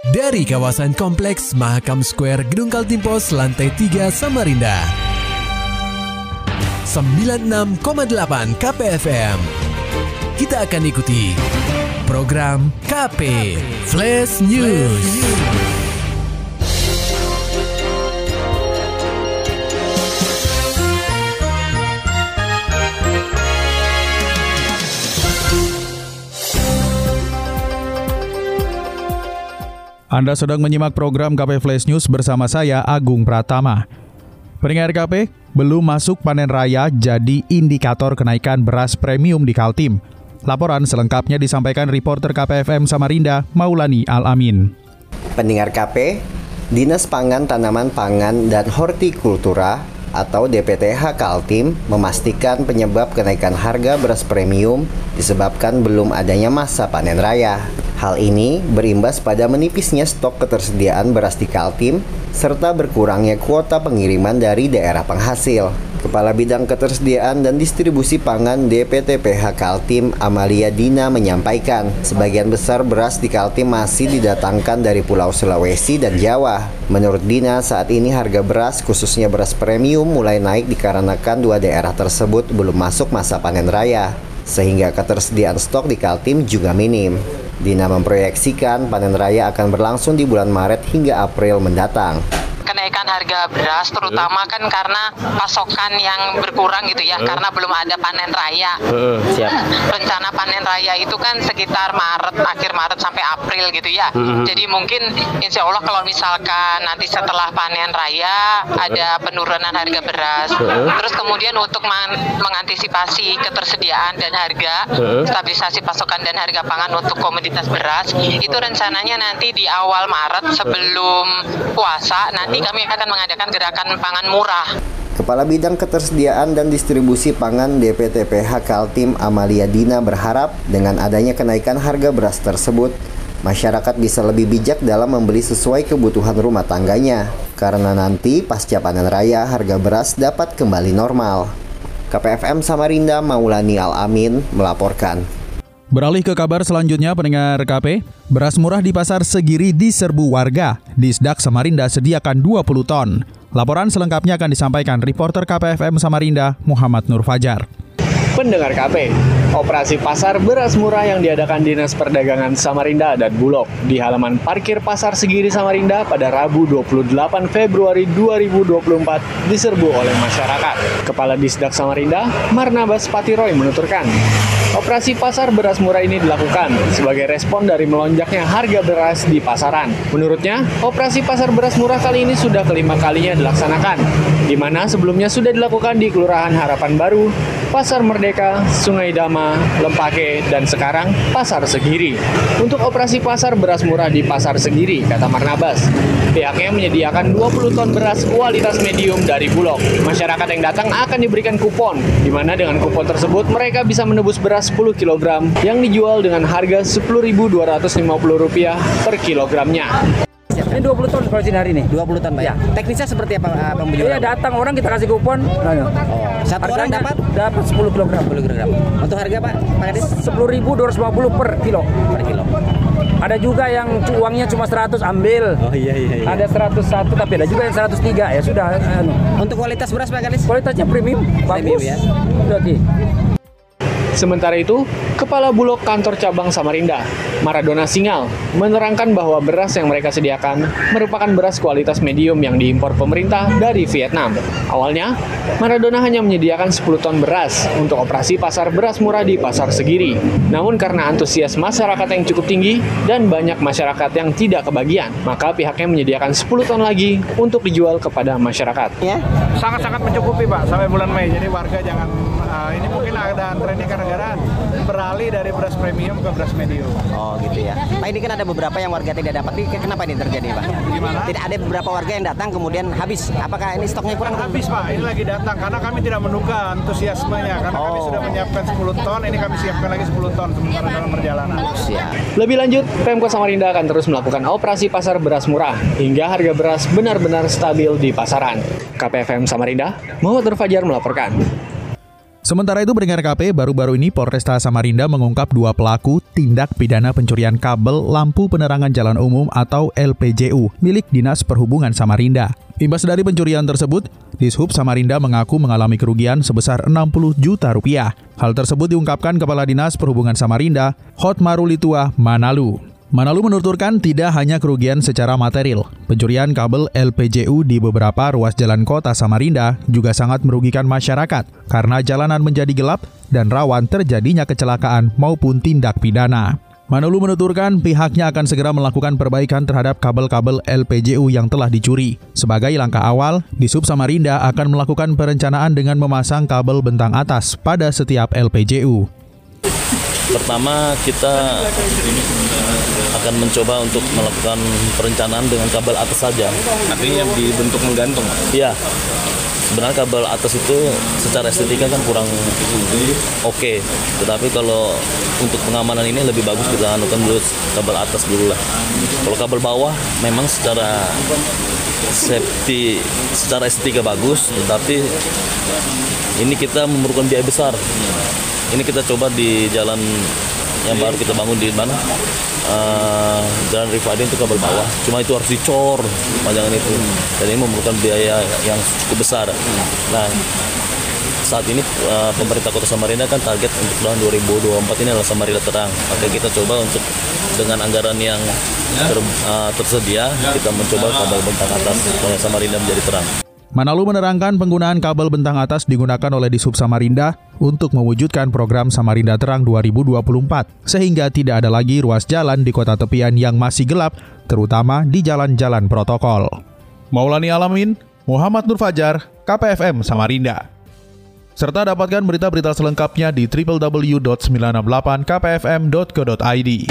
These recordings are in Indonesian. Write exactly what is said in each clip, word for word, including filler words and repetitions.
Dari kawasan Kompleks Mahakam Square Gedung Kaltim Pos lantai tiga Samarinda. sembilan puluh enam koma delapan K P F M. Kita akan ikuti program K P Flash News. Anda sedang menyimak program K P Flash News bersama saya, Agung Pratama. Pendengar K P, belum masuk panen raya jadi indikator kenaikan beras premium di Kaltim. Laporan selengkapnya disampaikan reporter K P F M Samarinda, Maulani Al-Amin. Pendengar K P, Dinas Pangan, Tanaman Pangan, dan Hortikultura atau D P T H Kaltim memastikan penyebab kenaikan harga beras premium disebabkan belum adanya masa panen raya. Hal ini berimbas pada menipisnya stok ketersediaan beras di Kaltim serta berkurangnya kuota pengiriman dari daerah penghasil. Kepala Bidang Ketersediaan dan Distribusi Pangan D P T P H Kaltim, Amalia Dina, menyampaikan sebagian besar beras di Kaltim masih didatangkan dari Pulau Sulawesi dan Jawa. Menurut Dina, saat ini harga beras khususnya beras premium mulai naik dikarenakan dua daerah tersebut belum masuk masa panen raya, sehingga ketersediaan stok di Kaltim juga minim. Dina memproyeksikan panen raya akan berlangsung di bulan Maret hingga April mendatang. Kenaikan harga beras terutama kan karena pasokan yang berkurang gitu ya, uh. karena belum ada panen raya. Uh, siap. Rencana panen raya itu kan sekitar Maret, akhir Maret sampai April gitu ya. Uh. Jadi mungkin insya Allah kalau misalkan nanti setelah panen raya uh. ada penurunan harga beras. Uh. Terus kemudian untuk man- mengantisipasi ketersediaan dan harga, uh. stabilisasi pasokan dan harga pangan untuk komoditas beras, itu rencananya nanti di awal Maret sebelum puasa nanti kami akan mengadakan gerakan pangan murah. Kepala Bidang Ketersediaan dan Distribusi Pangan D P T P H Kaltim, Amalia Dina, berharap dengan adanya kenaikan harga beras tersebut, masyarakat bisa lebih bijak dalam membeli sesuai kebutuhan rumah tangganya, karena nanti pasca panen raya harga beras dapat kembali normal. K P F M Samarinda, Maulani Al-Amin melaporkan. Beralih ke kabar selanjutnya, pendengar K P, beras murah di Pasar Segiri diserbu warga. Disdak Samarinda sediakan dua puluh ton. Laporan selengkapnya akan disampaikan reporter K P F M Samarinda, Muhammad Nur Fajar. Pendengar K P, operasi pasar beras murah yang diadakan Dinas Perdagangan Samarinda dan Bulog di halaman parkir Pasar Segiri Samarinda pada Rabu dua puluh delapan Februari dua ribu dua puluh empat diserbu oleh masyarakat. Kepala Disdak Samarinda, Marnabas Patiroy, menuturkan, operasi pasar beras murah ini dilakukan sebagai respon dari melonjaknya harga beras di pasaran. Menurutnya, operasi pasar beras murah kali ini sudah kelima kalinya dilaksanakan, di mana sebelumnya sudah dilakukan di Kelurahan Harapan Baru, Pasar Merdeka, Sungai Dama, Lempake, dan sekarang Pasar Segiri. Untuk operasi pasar beras murah di Pasar Segiri, kata Marnabas, pihaknya menyediakan dua puluh ton beras kualitas medium dari Bulog. Masyarakat yang datang akan diberikan kupon, di mana dengan kupon tersebut mereka bisa menebus beras sepuluh kilogram yang dijual dengan harga sepuluh ribu dua ratus lima puluh rupiah per kilogramnya. Ini dua puluh ton kalau sini hari ini. dua puluh ton, Pak. Ya. Teknisnya seperti apa uh, pembujulan? Iya, datang orang kita kasih kupon. Oh. Satu orang dapat dapat sepuluh kilogram. sepuluh kilogram. Untuk harga, Pak? Pak Kadis? sepuluh ribu dua ratus lima puluh per kilo. Per kilo. Ada juga yang uangnya cuma seratus, ambil. Oh iya iya iya. Ada seratus satu tapi ada juga yang seratus tiga, ya sudah. Anu. Untuk kualitas beras, Pak Kadis? Kualitasnya premium, bagus. Premium, ya. Jadi. Sementara itu, Kepala Bulog Kantor Cabang Samarinda, Maradona Singal, menerangkan bahwa beras yang mereka sediakan merupakan beras kualitas medium yang diimpor pemerintah dari Vietnam. Awalnya, Maradona hanya menyediakan sepuluh ton beras untuk operasi pasar beras murah di Pasar Segiri. Namun karena antusias masyarakat yang cukup tinggi dan banyak masyarakat yang tidak kebagian, maka pihaknya menyediakan sepuluh ton lagi untuk dijual kepada masyarakat. Ya, sangat-sangat mencukupi, Pak, sampai bulan Mei. Jadi warga jangan, uh, ini mungkin ada antreannya karena beralih dari beras premium ke beras medium. Oh gitu ya. Pak, ini kan ada beberapa yang warga tidak dapat. Ini kenapa ini terjadi, Pak? Gimana? Tidak ada beberapa warga yang datang kemudian habis. Apakah ini stoknya kurang? Habis, Pak. Ini lagi datang karena kami tidak menduga antusiasmenya. Karena oh. kami sudah menyiapkan sepuluh ton, ini kami siapkan lagi sepuluh ton sementara dalam perjalanan. Siap. Lebih lanjut, Pemkot Samarinda akan terus melakukan operasi pasar beras murah hingga harga beras benar-benar stabil di pasaran. K P F M Samarinda, Muhammad Nur Fajar melaporkan. Sementara itu, pendengar K P, baru-baru ini Polresta Samarinda mengungkap dua pelaku tindak pidana pencurian kabel lampu penerangan jalan umum atau L P J U milik Dinas Perhubungan Samarinda. Imbas dari pencurian tersebut, Dishub Samarinda mengaku mengalami kerugian sebesar enam puluh juta rupiah. Hal tersebut diungkapkan Kepala Dinas Perhubungan Samarinda, Hotmarulitua Manalu. Manalu menuturkan tidak hanya kerugian secara material, pencurian kabel L P J U di beberapa ruas jalan kota Samarinda juga sangat merugikan masyarakat karena jalanan menjadi gelap dan rawan terjadinya kecelakaan maupun tindak pidana. Manalu menuturkan pihaknya akan segera melakukan perbaikan terhadap kabel-kabel L P J U yang telah dicuri. Sebagai langkah awal, Dishub Samarinda akan melakukan perencanaan dengan memasang kabel bentang atas pada setiap L P J U. Pertama, kita akan mencoba untuk melakukan perencanaan dengan kabel atas saja. Artinya dibentuk menggantung? Iya. Sebenarnya kabel atas itu secara estetika kan kurang oke. Okay. Tetapi kalau untuk pengamanan ini lebih bagus kita anukan dulu kabel atas dulu lah. Kalau kabel bawah memang secara safety, secara estetika bagus, tetapi ini kita memerlukan biaya besar. Ini kita coba di jalan yang baru kita bangun di mana? Uh, Jalan Rifadi itu kabel bawah. Cuma itu harus dicor panjangan itu. Dan ini memerlukan biaya yang cukup besar. Nah, saat ini uh, pemerintah Kota Samarinda kan target untuk tahun dua ribu dua puluh empat ini adalah Samarinda terang. Maka kita coba untuk dengan anggaran yang ter, uh, tersedia, kita mencoba kabel bentang atas supaya Samarinda menjadi terang. Manalu menerangkan penggunaan kabel bentang atas digunakan oleh Dishub Samarinda untuk mewujudkan program Samarinda Terang dua ribu dua puluh empat, sehingga tidak ada lagi ruas jalan di kota tepian yang masih gelap, terutama di jalan-jalan protokol. Maulani Alamin, Muhammad Nur Fajar, K P F M Samarinda. Serta dapatkan berita-berita selengkapnya di w w w dot sembilan enam delapan k p f m dot co dot i d.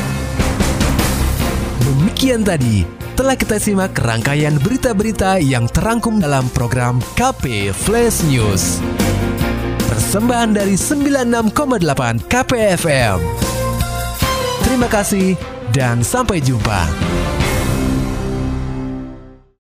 Demikian tadi telah kita simak rangkaian berita-berita yang terangkum dalam program K P Flash News. Persembahan dari sembilan puluh enam koma delapan K P F M. Terima kasih dan sampai jumpa.